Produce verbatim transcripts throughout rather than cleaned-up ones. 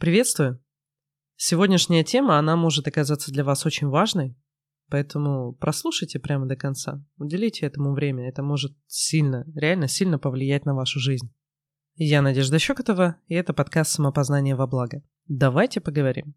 Приветствую! Сегодняшняя тема, она может оказаться для вас очень важной, поэтому прослушайте прямо до конца, уделите этому время, это может сильно, реально сильно повлиять на вашу жизнь. Я Надежда Щекотова, и это подкаст «Самопознание во благо». Давайте поговорим.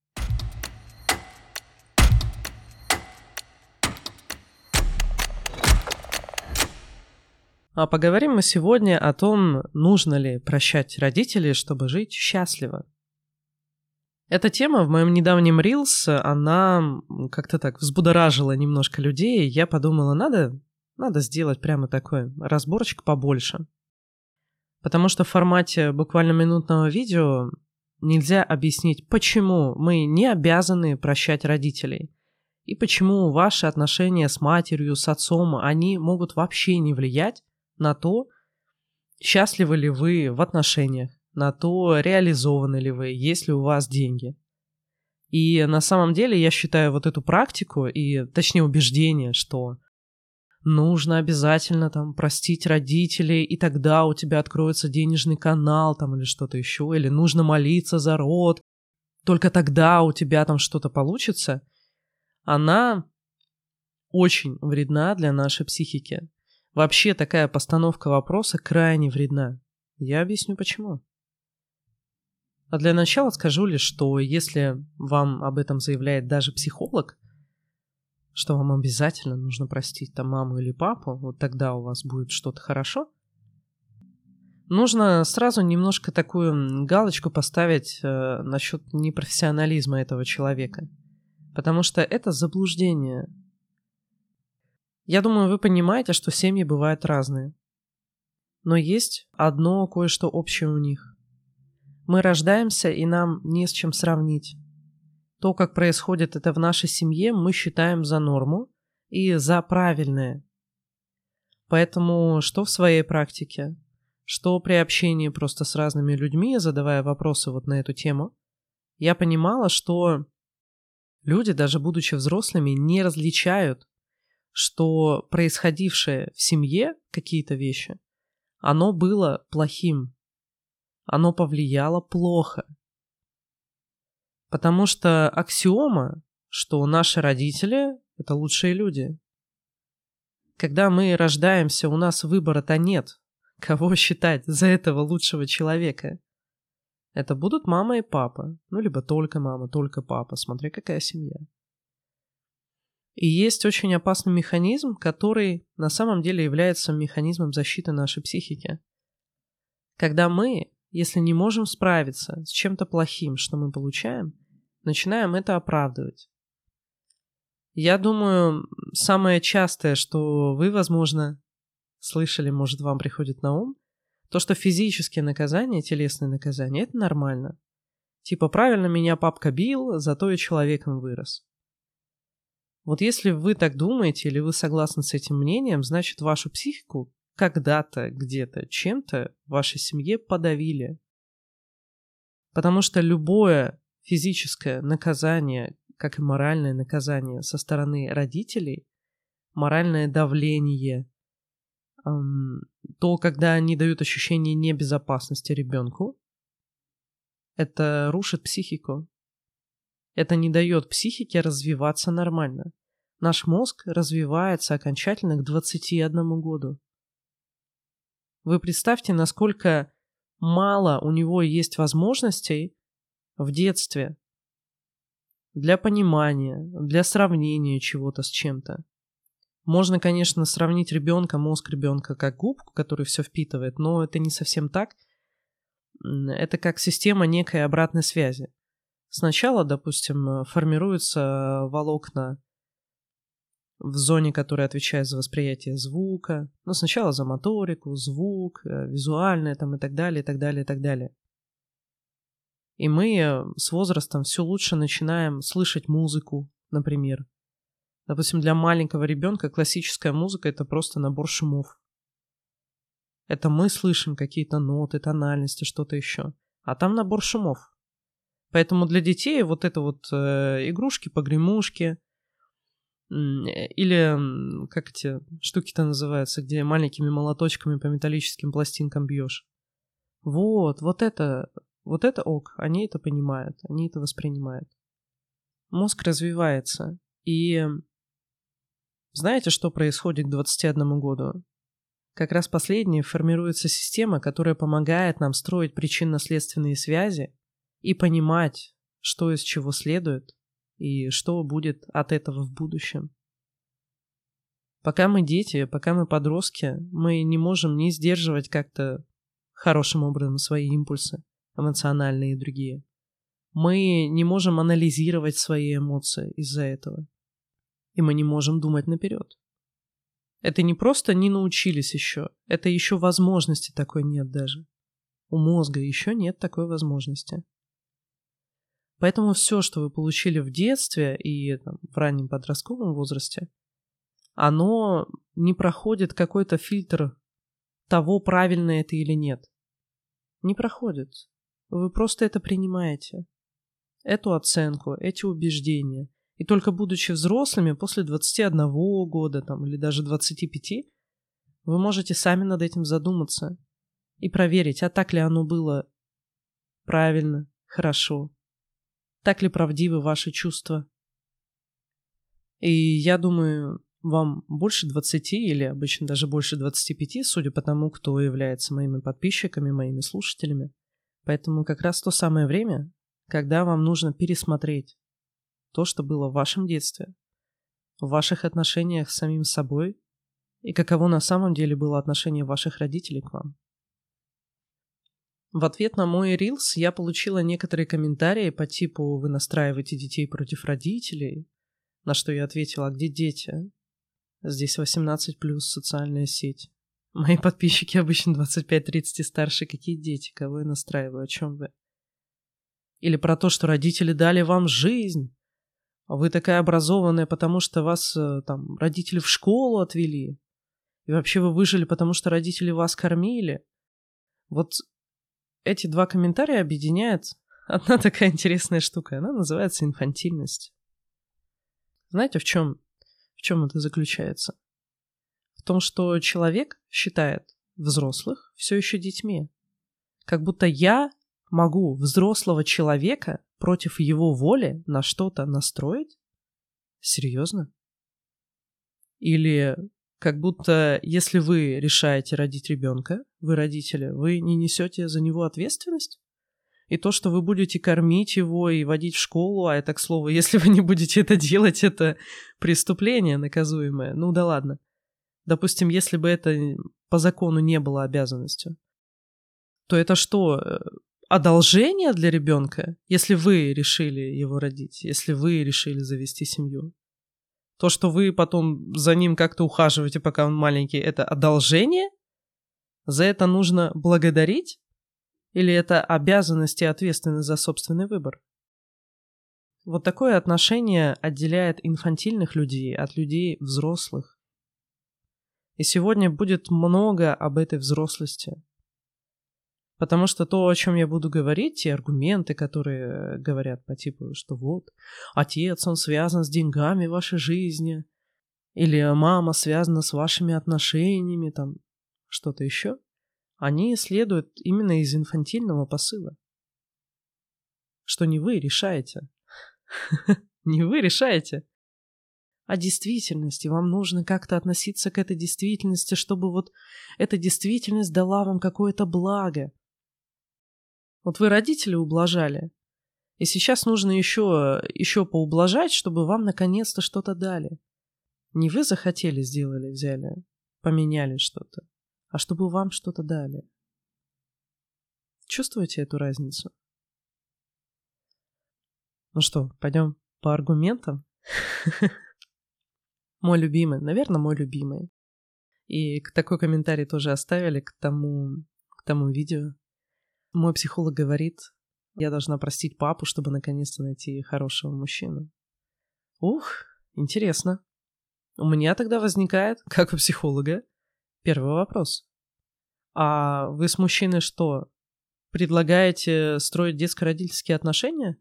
А поговорим мы сегодня о том, нужно ли прощать родителей, чтобы жить счастливо. Эта тема в моем недавнем Reels, она как-то так взбудоражила немножко людей. Я подумала, надо, надо сделать прямо такой разборчик побольше. Потому что в формате буквально минутного видео нельзя объяснить, почему мы не обязаны прощать родителей. И почему ваши отношения с матерью, с отцом, они могут вообще не влиять на то, счастливы ли вы в отношениях, на то, реализованы ли вы, есть ли у вас деньги. И на самом деле я считаю вот эту практику, и точнее убеждение, что нужно обязательно там простить родителей, и тогда у тебя откроется денежный канал там или что-то еще, или нужно молиться за род, только тогда у тебя там что-то получится, она очень вредна для нашей психики. Вообще такая постановка вопроса крайне вредна. Я объясню почему. А для начала скажу лишь, что если вам об этом заявляет даже психолог, что вам обязательно нужно простить там маму или папу, вот тогда у вас будет что-то хорошо, нужно сразу немножко такую галочку поставить э, насчет непрофессионализма этого человека. Потому что это заблуждение. Я думаю, вы понимаете, что семьи бывают разные. Но есть одно кое-что общее у них. Мы рождаемся, и нам не с чем сравнить. То, как происходит это в нашей семье, мы считаем за норму и за правильное. Поэтому что в своей практике, что при общении просто с разными людьми, задавая вопросы вот на эту тему, я понимала, что люди, даже будучи взрослыми, не различают, что происходившее в семье, какие-то вещи, оно было плохим, оно повлияло плохо. Потому что аксиома, что наши родители – это лучшие люди. Когда мы рождаемся, у нас выбора-то нет, кого считать за этого лучшего человека. Это будут мама и папа, ну либо только мама, только папа, смотри, какая семья. И есть очень опасный механизм, который на самом деле является механизмом защиты нашей психики. Когда мы, если не можем справиться с чем-то плохим, что мы получаем, начинаем это оправдывать. Я думаю, самое частое, что вы, возможно, слышали, может, вам приходит на ум, то, что физические наказания, телесные наказания, это нормально. Типа, правильно меня папка бил, зато и человеком вырос. Вот если вы так думаете или вы согласны с этим мнением, значит, вашу психику когда-то, где-то, чем-то в вашей семье подавили. Потому что любое физическое наказание, как и моральное наказание со стороны родителей, моральное давление, эм, то, когда они дают ощущение небезопасности ребенку, это рушит психику. Это не дает психике развиваться нормально. Наш мозг развивается окончательно к двадцати одному году. Вы представьте, насколько мало у него есть возможностей в детстве для понимания, для сравнения чего-то с чем-то. Можно, конечно, сравнить ребенка, мозг ребенка как губку, который все впитывает, но это не совсем так. Это как система некой обратной связи. Сначала, допустим, формируются волокна в зоне, которая отвечает за восприятие звука. Ну, сначала за моторику, звук, визуальное там и так далее, и так далее, и так далее. И мы с возрастом все лучше начинаем слышать музыку, например. Допустим, для маленького ребенка классическая музыка – это просто набор шумов. Это мы слышим какие-то ноты, тональности, что-то еще. А там набор шумов. Поэтому для детей вот это вот э, игрушки, погремушки, э, или как эти штуки-то называются, где маленькими молоточками по металлическим пластинкам бьешь. Вот, вот это Вот это ок, они это понимают, они это воспринимают. Мозг развивается. И знаете, что происходит к двадцати одному году? Как раз последнее формируется система, которая помогает нам строить причинно-следственные связи и понимать, что из чего следует и что будет от этого в будущем. Пока мы дети, пока мы подростки, мы не можем не сдерживать как-то хорошим образом свои импульсы, эмоциональные и другие. Мы не можем анализировать свои эмоции из-за этого. И мы не можем думать наперед. Это не просто не научились еще, это еще возможности такой нет даже. У мозга еще нет такой возможности. Поэтому все, что вы получили в детстве и там, в раннем подростковом возрасте, оно не проходит какой-то фильтр того, правильно это или нет. Не проходит. Вы просто это принимаете. Эту оценку, эти убеждения. И только будучи взрослыми, после двадцати одного года там, или даже двадцати пяти, вы можете сами над этим задуматься и проверить, а так ли оно было правильно, хорошо, так ли правдивы ваши чувства. И я думаю, вам больше двадцати или обычно даже больше двадцати пяти, судя по тому, кто является моими подписчиками, моими слушателями. Поэтому как раз то самое время, когда вам нужно пересмотреть то, что было в вашем детстве, в ваших отношениях с самим собой и каково на самом деле было отношение ваших родителей к вам. В ответ на мой рилс я получила некоторые комментарии по типу «Вы настраиваете детей против родителей», на что я ответила: «А где дети? Здесь восемнадцать плюс социальная сеть. Мои подписчики обычно двадцать пять тридцать и старше. Какие дети? Кого я настраиваю? О чем вы?» Или про то, что родители дали вам жизнь, а вы такая образованная, потому что вас там родители в школу отвели, и вообще вы выжили, потому что родители вас кормили. Вот эти два комментария объединяет одна такая интересная штука. Она называется инфантильность. Знаете, в чем, в чем это заключается? В том, что человек считает взрослых все еще детьми. Как будто я могу взрослого человека против его воли на что-то настроить? Серьезно? Или как будто если вы решаете родить ребенка, вы родители, вы не несете за него ответственность? И то, что вы будете кормить его и водить в школу, а это, к слову, если вы не будете это делать, это преступление наказуемое. Ну да ладно. Допустим, если бы это по закону не было обязанностью, то это что, одолжение для ребенка, если вы решили его родить, если вы решили завести семью? То, что вы потом за ним как-то ухаживаете, пока он маленький, это одолжение? За это нужно благодарить? Или это обязанность и ответственность за собственный выбор? Вот такое отношение отделяет инфантильных людей от людей взрослых. И сегодня будет много об этой взрослости. Потому что то, о чем я буду говорить, те аргументы, которые говорят по типу, что вот, отец, он связан с деньгами в вашей жизни, или мама связана с вашими отношениями, там, что-то еще, они следуют именно из инфантильного посыла. Что не вы решаете. Не вы решаете. А действительности. Вам нужно как-то относиться к этой действительности, чтобы вот эта действительность дала вам какое-то благо. Вот вы родителей ублажали, и сейчас нужно еще, еще поублажать, чтобы вам наконец-то что-то дали. Не вы захотели, сделали, взяли, поменяли что-то, а чтобы вам что-то дали. Чувствуете эту разницу? Ну что, пойдем по аргументам? Мой любимый, наверное, мой любимый. И такой комментарий тоже оставили к тому, к тому видео. Мой психолог говорит, я должна простить папу, чтобы наконец-то найти хорошего мужчину. Ух, интересно. У меня тогда возникает, как у психолога, первый вопрос. А вы с мужчиной что, предлагаете строить детско-родительские отношения?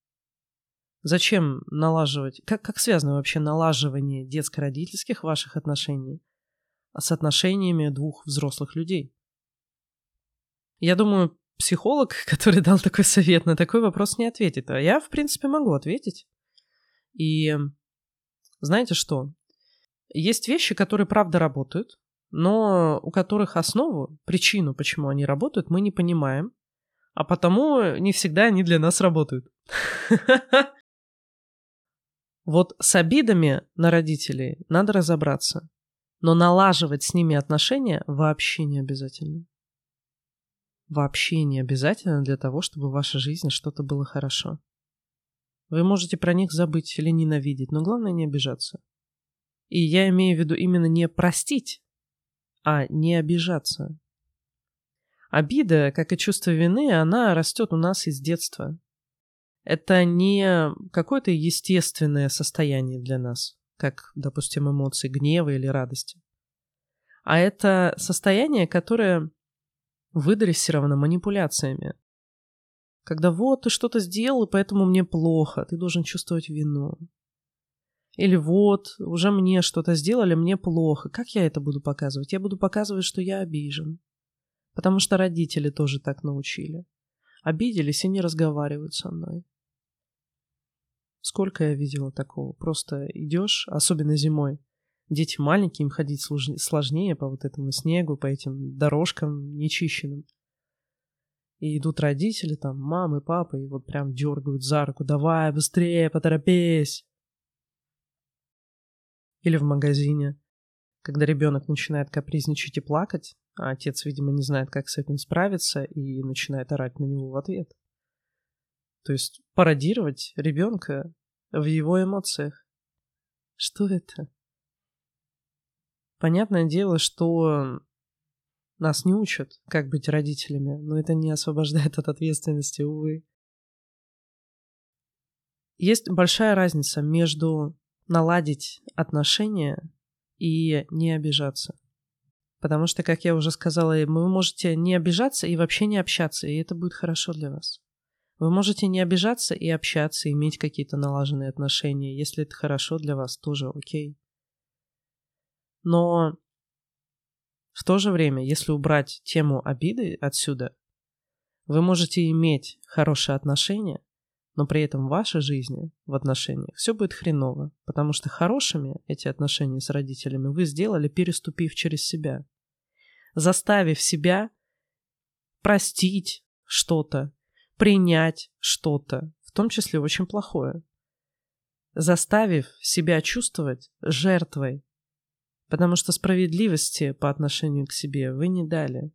Зачем налаживать? Как, как связано вообще налаживание детско-родительских ваших отношений с отношениями двух взрослых людей? Я думаю, психолог, который дал такой совет, на такой вопрос не ответит. А я, в принципе, могу ответить. И знаете что? Есть вещи, которые правда работают, но у которых основу, причину, почему они работают, мы не понимаем, а потому не всегда они для нас работают. Вот с обидами на родителей надо разобраться, но налаживать с ними отношения вообще не обязательно. Вообще не обязательно для того, чтобы в вашей жизни что-то было хорошо. Вы можете про них забыть или ненавидеть, но главное не обижаться. И я имею в виду именно не простить, а не обижаться. Обида, как и чувство вины, она растет у нас из детства. Это не какое-то естественное состояние для нас, как, допустим, эмоции гнева или радости. А это состояние, которое выдрессировано манипуляциями. Когда вот ты что-то сделал, и поэтому мне плохо, ты должен чувствовать вину. Или вот, уже мне что-то сделали, мне плохо. Как я это буду показывать? Я буду показывать, что я обижен. Потому что родители тоже так научили. Обиделись и не разговаривают со мной. Сколько я видела такого? Просто идешь, особенно зимой. Дети маленькие, им ходить сложнее по вот этому снегу, по этим дорожкам нечищенным. И идут родители, там, мамы, папы, и вот прям дергают за руку. Давай, быстрее, поторопись. Или в магазине, когда ребенок начинает капризничать и плакать, а отец, видимо, не знает, как с этим справиться, и начинает орать на него в ответ. То есть пародировать ребенка в его эмоциях. Что это? Понятное дело, что нас не учат, как быть родителями, но это не освобождает от ответственности, увы. Есть большая разница между наладить отношения и не обижаться. Потому что, как я уже сказала, вы можете не обижаться и вообще не общаться, и это будет хорошо для вас. Вы можете не обижаться и общаться, и иметь какие-то налаженные отношения. Если это хорошо для вас, тоже окей. Но в то же время, если убрать тему обиды отсюда, вы можете иметь хорошие отношения, но при этом в вашей жизни, в отношениях, все будет хреново, потому что хорошими эти отношения с родителями вы сделали, переступив через себя, заставив себя простить что-то, принять что-то, в том числе очень плохое, заставив себя чувствовать жертвой, потому что справедливости по отношению к себе вы не дали.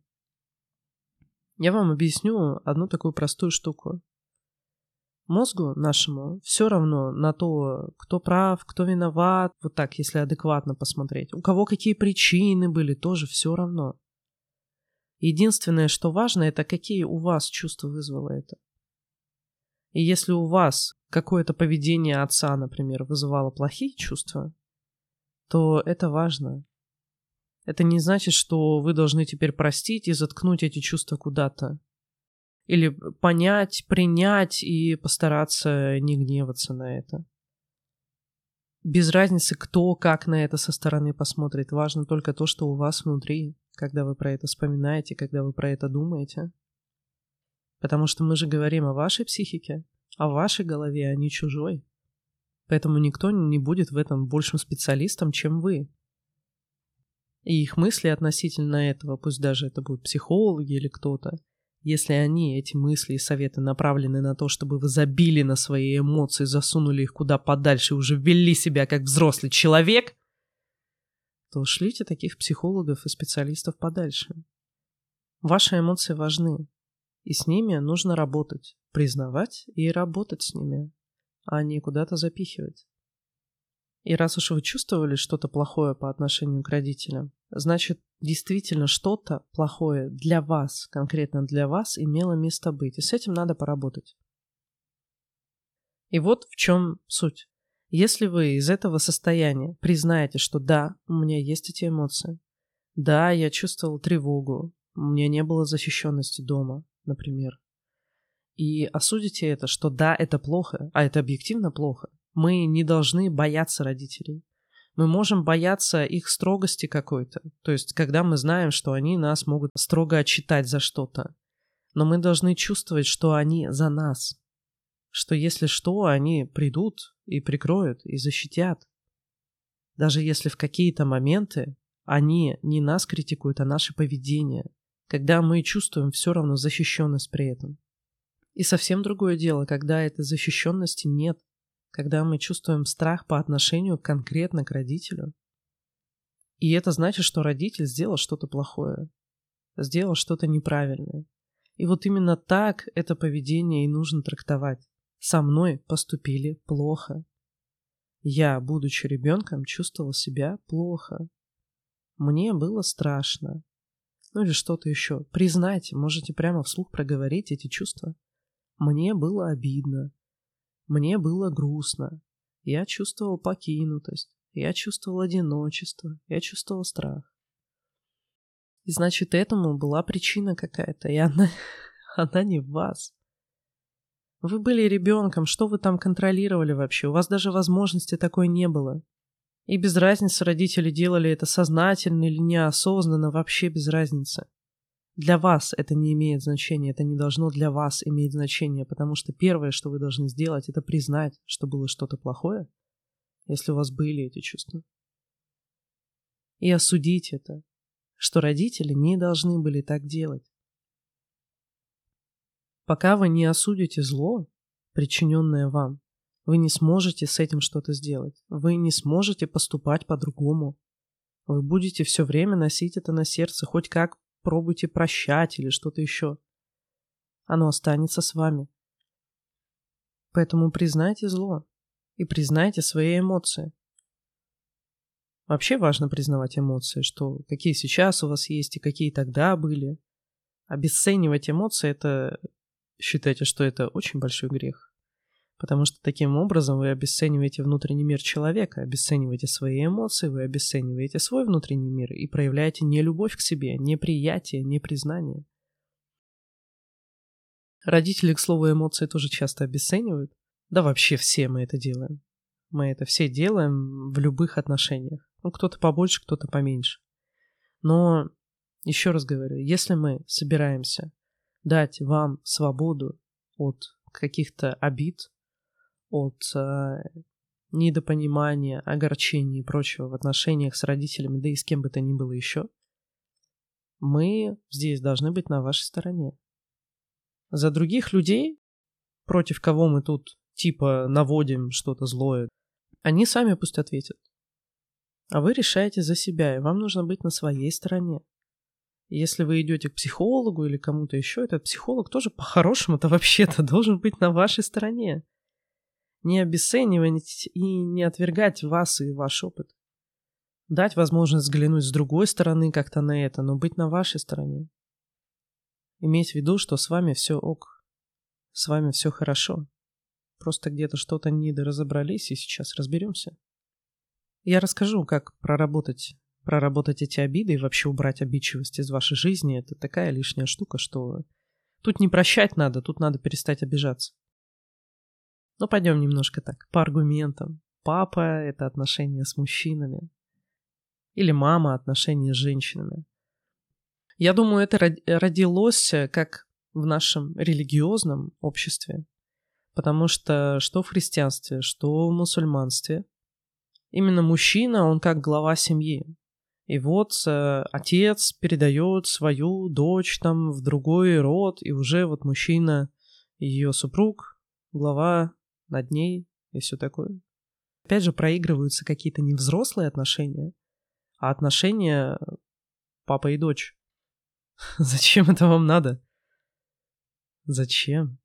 Я вам объясню одну такую простую штуку. Мозгу нашему все равно на то, кто прав, кто виноват, вот так, если адекватно посмотреть. У кого какие причины были, тоже все равно. Единственное, что важно, это какие у вас чувства вызвало это. И если у вас какое-то поведение отца, например, вызывало плохие чувства, то это важно. Это не значит, что вы должны теперь простить и заткнуть эти чувства куда-то. Или понять, принять и постараться не гневаться на это. Без разницы, кто как на это со стороны посмотрит. Важно только то, что у вас внутри, когда вы про это вспоминаете, когда вы про это думаете. Потому что мы же говорим о вашей психике, о вашей голове, а не чужой. Поэтому никто не будет в этом большим специалистом, чем вы. И их мысли относительно этого, пусть даже это будут психологи или кто-то, если они, эти мысли и советы, направлены на то, чтобы вы забили на свои эмоции, засунули их куда подальше и уже вели себя как взрослый человек, то шлите таких психологов и специалистов подальше. Ваши эмоции важны, и с ними нужно работать, признавать и работать с ними, а не куда-то запихивать. И раз уж вы чувствовали что-то плохое по отношению к родителям, значит, действительно что-то плохое для вас, конкретно для вас, имело место быть. И с этим надо поработать. И вот в чем суть. Если вы из этого состояния признаете, что да, у меня есть эти эмоции, да, я чувствовал тревогу, у меня не было защищенности дома, например, и осудите это, что да, это плохо, а это объективно плохо, мы не должны бояться родителей. Мы можем бояться их строгости какой-то, то есть когда мы знаем, что они нас могут строго отчитать за что-то. Но мы должны чувствовать, что они за нас. Что если что, они придут и прикроют, и защитят. Даже если в какие-то моменты они не нас критикуют, а наше поведение. Когда мы чувствуем все равно защищенность при этом. И совсем другое дело, когда этой защищенности нет. Когда мы чувствуем страх по отношению конкретно к родителю. И это значит, что родитель сделал что-то плохое. Сделал что-то неправильное. И вот именно так это поведение и нужно трактовать. Со мной поступили плохо. Я, будучи ребенком, чувствовал себя плохо. Мне было страшно. Ну или что-то еще. Признайте, можете прямо вслух проговорить эти чувства. Мне было обидно. Мне было грустно. Я чувствовал покинутость. Я чувствовал одиночество. Я чувствовал страх. И значит, этому была причина какая-то, и она, она не в вас. Вы были ребенком, что вы там контролировали вообще? У вас даже возможности такой не было. И без разницы, родители делали это сознательно или неосознанно, вообще без разницы. Для вас это не имеет значения, это не должно для вас иметь значение, потому что первое, что вы должны сделать, это признать, что было что-то плохое, если у вас были эти чувства. И осудить это. Что родители не должны были так делать. Пока вы не осудите зло, причиненное вам, вы не сможете с этим что-то сделать. Вы не сможете поступать по-другому. Вы будете все время носить это на сердце, хоть как пробуйте прощать или что-то еще. Оно останется с вами. Поэтому признайте зло и признайте свои эмоции. Вообще важно признавать эмоции, что какие сейчас у вас есть и какие тогда были. Обесценивать эмоции – это, считайте, что это очень большой грех. Потому что таким образом вы обесцениваете внутренний мир человека, обесцениваете свои эмоции, вы обесцениваете свой внутренний мир и проявляете нелюбовь к себе, неприятие, непризнание. Родители, к слову, эмоции тоже часто обесценивают. Да вообще все мы это делаем. Мы это все делаем в любых отношениях. Ну, кто-то побольше, кто-то поменьше. Но, еще раз говорю, если мы собираемся дать вам свободу от каких-то обид, от э, недопонимания, огорчений и прочего в отношениях с родителями, да и с кем бы то ни было еще, мы здесь должны быть на вашей стороне. За других людей, против кого мы тут типа наводим что-то злое, они сами пусть ответят. А вы решаете за себя, и вам нужно быть на своей стороне. И если вы идете к психологу или кому-то еще, этот психолог тоже по-хорошему-то вообще-то должен быть на вашей стороне. Не обесценивать и не отвергать вас и ваш опыт. Дать возможность взглянуть с другой стороны как-то на это, но быть на вашей стороне. Иметь в виду, что с вами все ок, с вами все хорошо. Просто где-то что-то недоразобрались, и сейчас разберемся. Я расскажу, как проработать, проработать эти обиды и вообще убрать обидчивость из вашей жизни. Это такая лишняя штука, что тут не прощать надо, тут надо перестать обижаться. Ну, пойдем немножко так, по аргументам. Папа — это отношения с мужчинами. Или мама — отношения с женщинами. Я думаю, это родилось как в нашем религиозном обществе. Потому что что в христианстве, что в мусульманстве, именно мужчина, он как глава семьи. И вот э, отец передает свою дочь там в другой род, и уже вот мужчина, ее супруг, глава над ней и все такое. Опять же, проигрываются какие-то не взрослые отношения, а отношения папа и дочь. Зачем это вам надо? Зачем?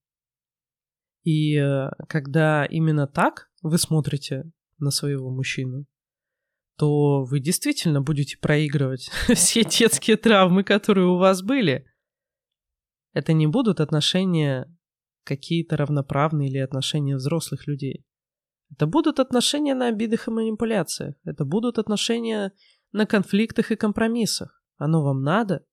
И э, когда именно так вы смотрите на своего мужчину, то вы действительно будете проигрывать все детские травмы, которые у вас были. Это не будут отношения какие-то равноправные или отношения взрослых людей. Это будут отношения на обидах и манипуляциях. Это будут отношения на конфликтах и компромиссах. Оно вам надо?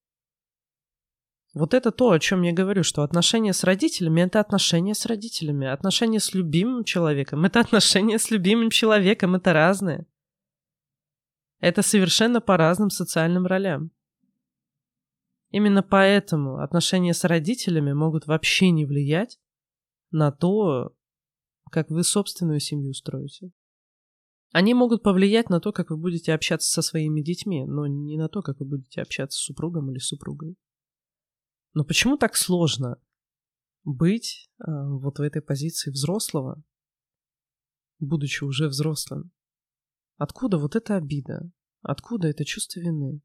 Вот это то, о чем я говорю, что отношения с родителями — это отношения с родителями. Отношения с любимым человеком — это отношения с любимым человеком, это разные. Это совершенно по разным социальным ролям. Именно поэтому отношения с родителями могут вообще не влиять на то, как вы собственную семью строите. Они могут повлиять на то, как вы будете общаться со своими детьми, но не на то, как вы будете общаться с супругом или супругой. Но почему так сложно быть э, вот в этой позиции взрослого, будучи уже взрослым? Откуда вот эта обида? Откуда это чувство вины?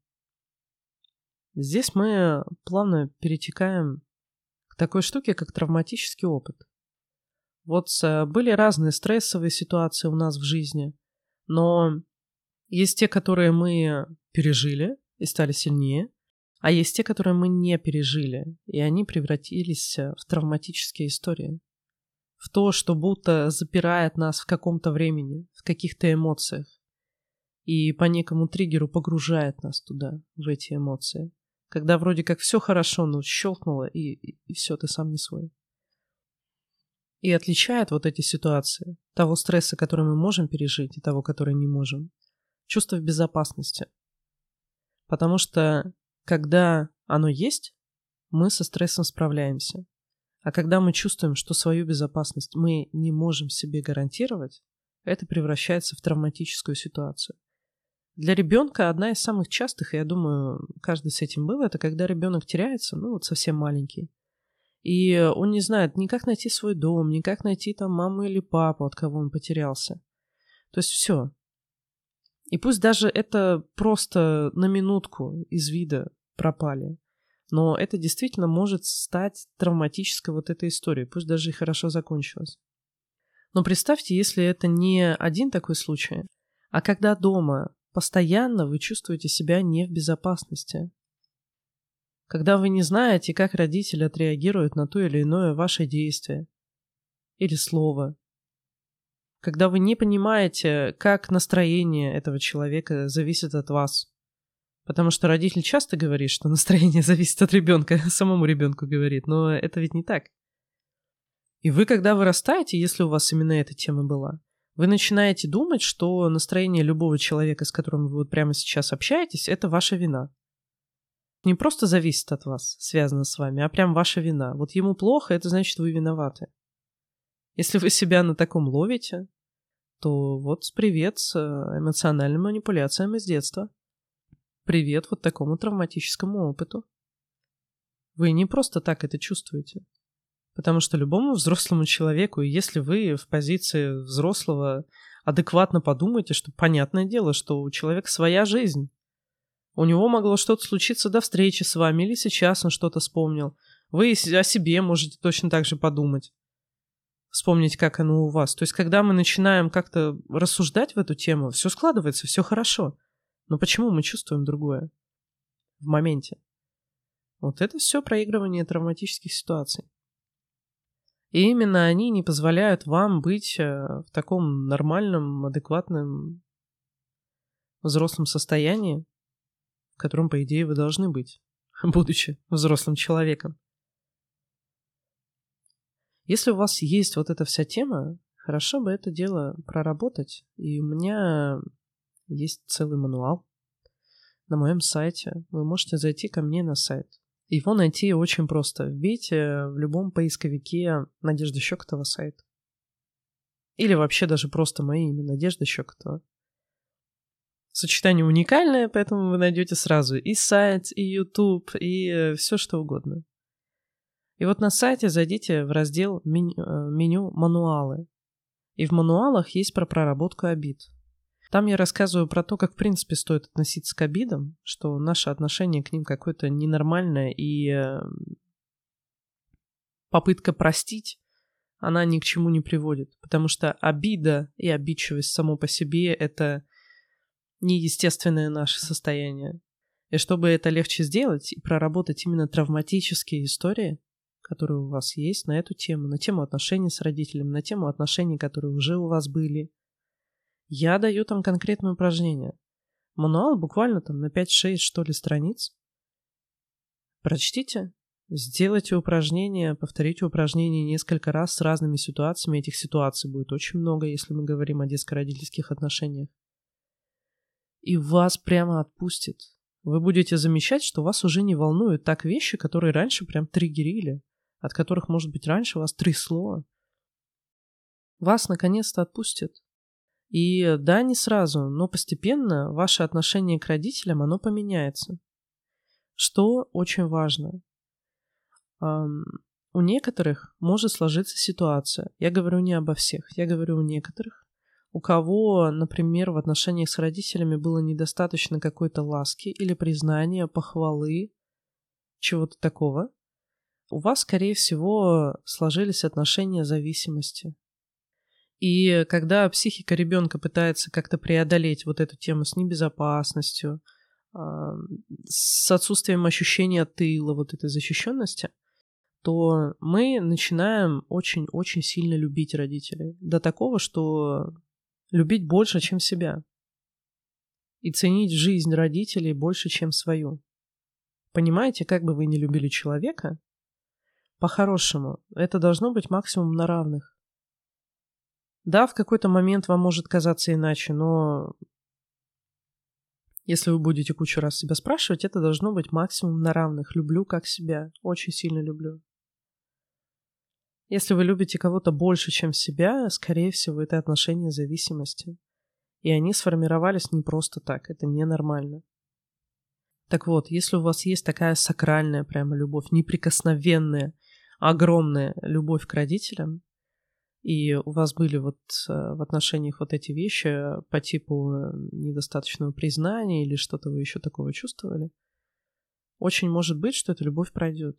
Здесь мы плавно перетекаем к такой штуке, как травматический опыт. Вот э, были разные стрессовые ситуации у нас в жизни, но есть те, которые мы пережили и стали сильнее, а есть те, которые мы не пережили, и они превратились в травматические истории. В то, что будто запирает нас в каком-то времени, в каких-то эмоциях, и по некому триггеру погружает нас туда, в эти эмоции. Когда вроде как все хорошо, но щелкнуло, и, и, и все, ты сам не свой. И отличает вот эти ситуации, того стресса, который мы можем пережить, и того, который не можем, чувство в безопасности. Потому что когда оно есть, мы со стрессом справляемся. А когда мы чувствуем, что свою безопасность мы не можем себе гарантировать, это превращается в травматическую ситуацию. Для ребенка одна из самых частых, и я думаю, каждый с этим был, это когда ребенок теряется, ну вот совсем маленький. И он не знает ни как найти свой дом, ни как найти там маму или папу, от кого он потерялся. То есть все. И пусть даже это просто на минутку из вида пропали, но это действительно может стать травматической вот этой историей, пусть даже и хорошо закончилась. Но представьте, если это не один такой случай, а когда дома постоянно вы чувствуете себя не в безопасности. Когда вы не знаете, как родители отреагируют на то или иное ваше действие или слово. Когда вы не понимаете, как настроение этого человека зависит от вас. Потому что родитель часто говорит, что настроение зависит от ребенка, самому ребенку говорит, но это ведь не так. И вы, когда вырастаете, если у вас именно эта тема была, вы начинаете думать, что настроение любого человека, с которым вы вот прямо сейчас общаетесь, это ваша вина. Не просто зависит от вас, связано с вами, а прям ваша вина. Вот ему плохо, это значит, вы виноваты. Если вы себя на таком ловите, то вот привет с эмоциональным манипуляциям из детства. Привет вот такому травматическому опыту. Вы не просто так это чувствуете. Потому что любому взрослому человеку, если вы в позиции взрослого адекватно подумаете, что понятное дело, что у человека своя жизнь. У него могло что-то случиться до встречи с вами, или сейчас он что-то вспомнил. Вы о себе можете точно так же подумать. Вспомнить, как оно у вас. То есть, когда мы начинаем как-то рассуждать в эту тему, все складывается, все хорошо. Но почему мы чувствуем другое в моменте? Вот это все проигрывание травматических ситуаций. И именно они не позволяют вам быть в таком нормальном, адекватном, взрослом состоянии, в котором, по идее, вы должны быть, будучи взрослым человеком. Если у вас есть вот эта вся тема, хорошо бы это дело проработать. И у меня есть целый мануал на моем сайте. Вы можете зайти ко мне на сайт. Его найти очень просто. Вбейте в любом поисковике Надежда Щекотова сайт. Или вообще даже просто мое имя Надежда Щекотова. Сочетание уникальное, поэтому вы найдете сразу и сайт, и YouTube, и все что угодно. И вот на сайте зайдите в раздел меню, меню «Мануалы». И в мануалах есть про проработку обид. Там я рассказываю про то, как в принципе стоит относиться к обидам, что наше отношение к ним какое-то ненормальное, и попытка простить, она ни к чему не приводит. Потому что обида и обидчивость само по себе — это неестественное наше состояние. И чтобы это легче сделать и проработать именно травматические истории, которые у вас есть на эту тему, на тему отношений с родителями, на тему отношений, которые уже у вас были, я даю там конкретные упражнения. Мануал буквально там на пять-шесть, что ли, страниц. Прочтите, сделайте упражнения, повторите упражнения несколько раз с разными ситуациями. Этих ситуаций будет очень много, если мы говорим о детско-родительских отношениях. И вас прямо отпустит. Вы будете замечать, что вас уже не волнуют так вещи, которые раньше прям триггерили, от которых, может быть, раньше вас трясло. Вас наконец-то отпустят. И да, не сразу, но постепенно ваше отношение к родителям, оно поменяется. Что очень важно. Эм, у некоторых может сложиться ситуация. Я говорю не обо всех, я говорю о некоторых. У кого, например, в отношениях с родителями было недостаточно какой-то ласки или признания, похвалы, чего-то такого, у вас, скорее всего, сложились отношения зависимости. И когда психика ребенка пытается как-то преодолеть вот эту тему с небезопасностью, с отсутствием ощущения тыла, вот этой защищенности, то мы начинаем очень-очень сильно любить родителей. До такого, что любить больше, чем себя. И ценить жизнь родителей больше, чем свою. Понимаете, как бы вы ни любили человека, по-хорошему, это должно быть максимум на равных. Да, в какой-то момент вам может казаться иначе, но если вы будете кучу раз себя спрашивать, это должно быть максимум на равных. Люблю как себя, очень сильно люблю. Если вы любите кого-то больше, чем себя, скорее всего, это отношения зависимости. И они сформировались не просто так, это ненормально. Так вот, если у вас есть такая сакральная прямо любовь, неприкосновенная, огромная любовь к родителям, и у вас были вот в отношениях вот эти вещи по типу недостаточного признания или что-то вы еще такого чувствовали, очень может быть, что эта любовь пройдет.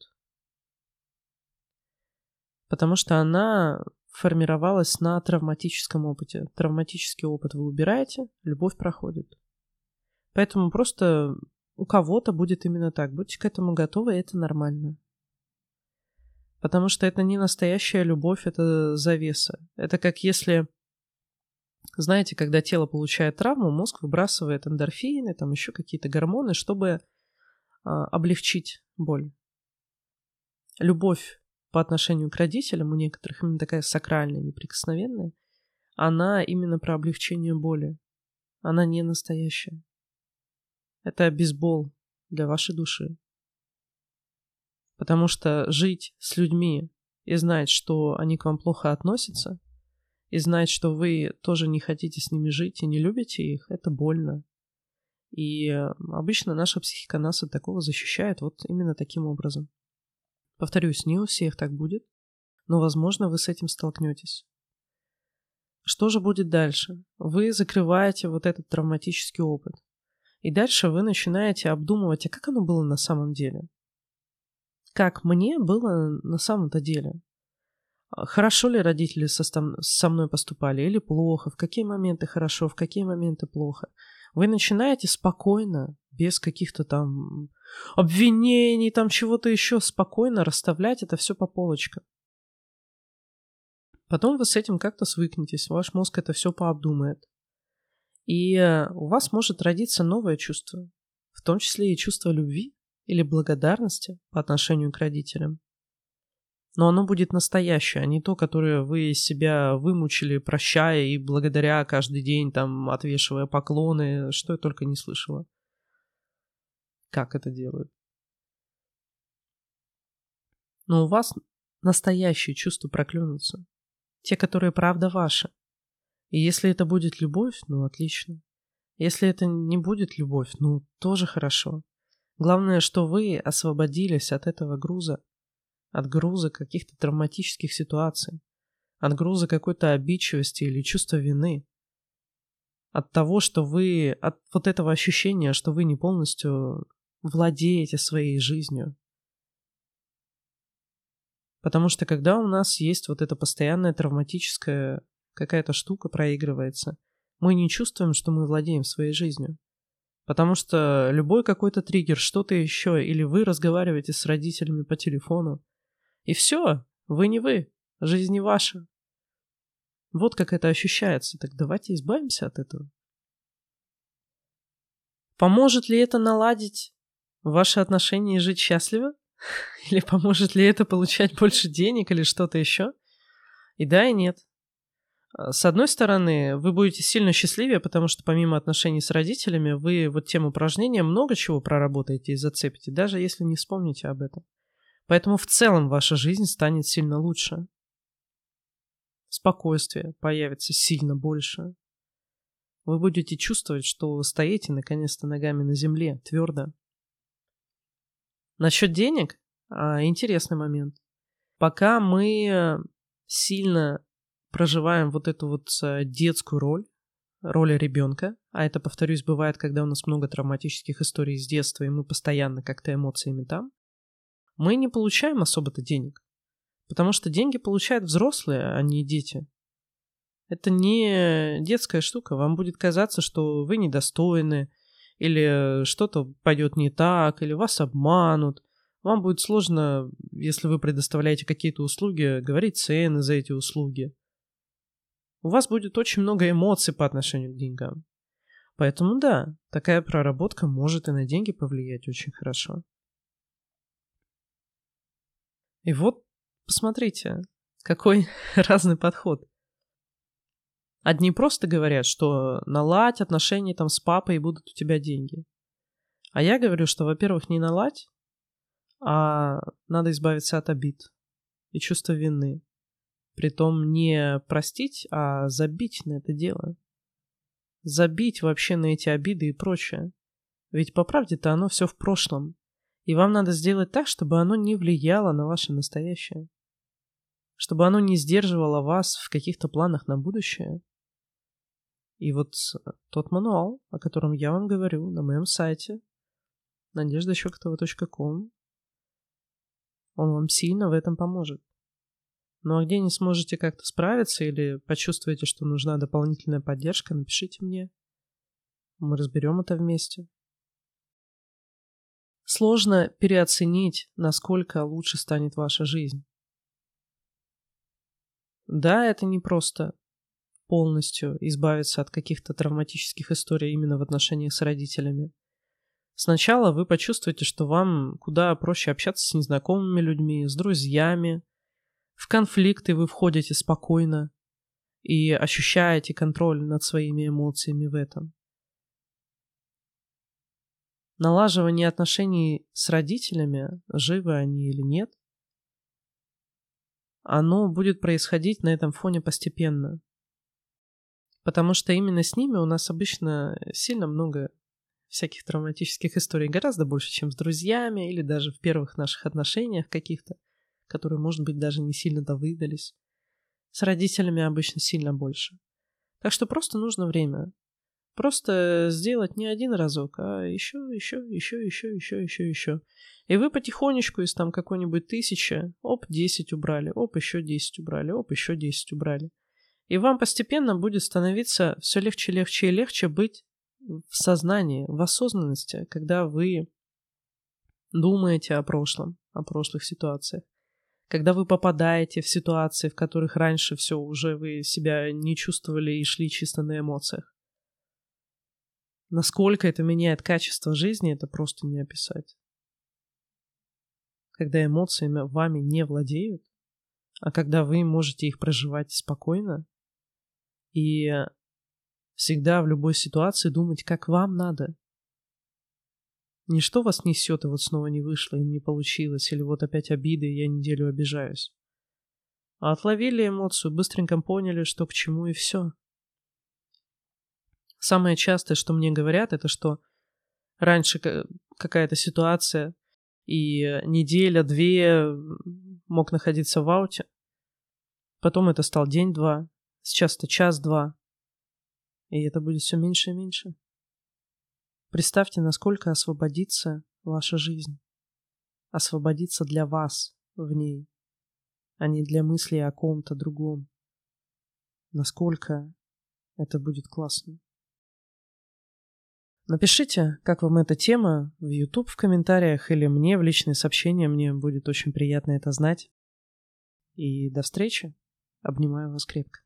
Потому что она формировалась на травматическом опыте. Травматический опыт вы убираете, любовь проходит. Поэтому просто у кого-то будет именно так. Будьте к этому готовы, и это нормально. Потому что это не настоящая любовь, это завеса. Это как если, знаете, когда тело получает травму, мозг выбрасывает эндорфины, там еще какие-то гормоны, чтобы а, облегчить боль. Любовь по отношению к родителям у некоторых, именно такая сакральная, неприкосновенная, она именно про облегчение боли. Она не настоящая. Это бейсбол для вашей души. Потому что жить с людьми и знать, что они к вам плохо относятся, и знать, что вы тоже не хотите с ними жить и не любите их, это больно. И обычно наша психика нас от такого защищает вот именно таким образом. Повторюсь, не у всех так будет, но, возможно, вы с этим столкнетесь. Что же будет дальше? Вы закрываете вот этот травматический опыт. И дальше вы начинаете обдумывать, а как оно было на самом деле? Как мне было на самом-то деле? Хорошо ли родители со, со мной поступали или плохо? В какие моменты хорошо, в какие моменты плохо? Вы начинаете спокойно, без каких-то там обвинений, там чего-то еще, спокойно расставлять это все по полочкам. Потом вы с этим как-то свыкнетесь, ваш мозг это все пообдумает. И у вас может родиться новое чувство, в том числе и чувство любви или благодарности по отношению к родителям. Но оно будет настоящее, а не то, которое вы из себя вымучили, прощая и благодаря каждый день, там, отвешивая поклоны, что я только не слышала. Как это делают? Но у вас настоящие чувства проклюнутся. Те, которые правда ваши. И если это будет любовь, ну отлично. Если это не будет любовь, ну тоже хорошо. Главное, что вы освободились от этого груза, от груза каких-то травматических ситуаций, от груза какой-то обидчивости или чувства вины, от того, что вы, от вот этого ощущения, что вы не полностью владеете своей жизнью. Потому что когда у нас есть вот эта постоянная травматическая какая-то штука проигрывается, мы не чувствуем, что мы владеем своей жизнью. Потому что любой какой-то триггер, что-то еще, или вы разговариваете с родителями по телефону, и все, вы не вы, жизнь не ваша. Вот как это ощущается, так давайте избавимся от этого. Поможет ли это наладить ваши отношения и жить счастливо? Или поможет ли это получать больше денег или что-то еще? И да, и нет. С одной стороны, вы будете сильно счастливее, потому что помимо отношений с родителями, вы вот тем упражнением много чего проработаете и зацепите, даже если не вспомните об этом. Поэтому в целом ваша жизнь станет сильно лучше. Спокойствие появится сильно больше. Вы будете чувствовать, что стоите наконец-то ногами на земле, твердо. Насчет денег, а, интересный момент. Пока мы сильно проживаем вот эту вот детскую роль, роль ребенка, а это, повторюсь, бывает, когда у нас много травматических историй с детства, и мы постоянно как-то эмоциями там, мы не получаем особо-то денег. Потому что деньги получают взрослые, а не дети. Это не детская штука. Вам будет казаться, что вы недостойны, или что-то пойдет не так, или вас обманут. Вам будет сложно, если вы предоставляете какие-то услуги, говорить цены за эти услуги. У вас будет очень много эмоций по отношению к деньгам. Поэтому да, такая проработка может и на деньги повлиять очень хорошо. И вот, посмотрите, какой разный подход. Одни просто говорят, что наладь отношения там с папой, и будут у тебя деньги. А я говорю, что, во-первых, не наладь, а надо избавиться от обид и чувства вины. Притом не простить, а забить на это дело. Забить вообще на эти обиды и прочее. Ведь по правде-то оно все в прошлом. И вам надо сделать так, чтобы оно не влияло на ваше настоящее. Чтобы оно не сдерживало вас в каких-то планах на будущее. И вот тот мануал, о котором я вам говорю на моем сайте надежда щекотова точка ком, он вам сильно в этом поможет. Ну а где не сможете как-то справиться или почувствуете, что нужна дополнительная поддержка, напишите мне. Мы разберем это вместе. Сложно переоценить, насколько лучше станет ваша жизнь. Да, это не просто полностью избавиться от каких-то травматических историй именно в отношениях с родителями. Сначала вы почувствуете, что вам куда проще общаться с незнакомыми людьми, с друзьями. В конфликты вы входите спокойно и ощущаете контроль над своими эмоциями в этом. Налаживание отношений с родителями, живы они или нет, оно будет происходить на этом фоне постепенно. Потому что именно с ними у нас обычно сильно много всяких травматических историй, гораздо больше, чем с друзьями или даже в первых наших отношениях каких-то, которые, может быть, даже не сильно-то выдались. С родителями обычно сильно больше. Так что просто нужно время. Просто сделать не один разок, а еще, еще, еще, еще, еще, еще, еще. И вы потихонечку из там какой-нибудь тысячи, оп, десять убрали, оп, еще десять убрали, оп, еще десять убрали. И вам постепенно будет становиться все легче, легче и легче быть в сознании, в осознанности, когда вы думаете о прошлом, о прошлых ситуациях. Когда вы попадаете в ситуации, в которых раньше все уже вы себя не чувствовали и шли чисто на эмоциях. Насколько это меняет качество жизни, это просто не описать. Когда эмоциями вами не владеют, а когда вы можете их проживать спокойно и всегда в любой ситуации думать, как вам надо. Не что вас несет, и вот снова не вышло, и не получилось, или вот опять обиды, и я неделю обижаюсь. А отловили эмоцию, быстренько поняли, что к чему, и все. Самое частое, что мне говорят, это что раньше какая-то ситуация, и неделя-две мог находиться в ауте, потом это стал день-два, сейчас это час-два, и это будет все меньше и меньше. Представьте, насколько освободится ваша жизнь. Освободится для вас в ней, а не для мыслей о ком-то другом. Насколько это будет классно. Напишите, как вам эта тема в YouTube в комментариях или мне в личные сообщения. Мне будет очень приятно это знать. И до встречи. Обнимаю вас крепко.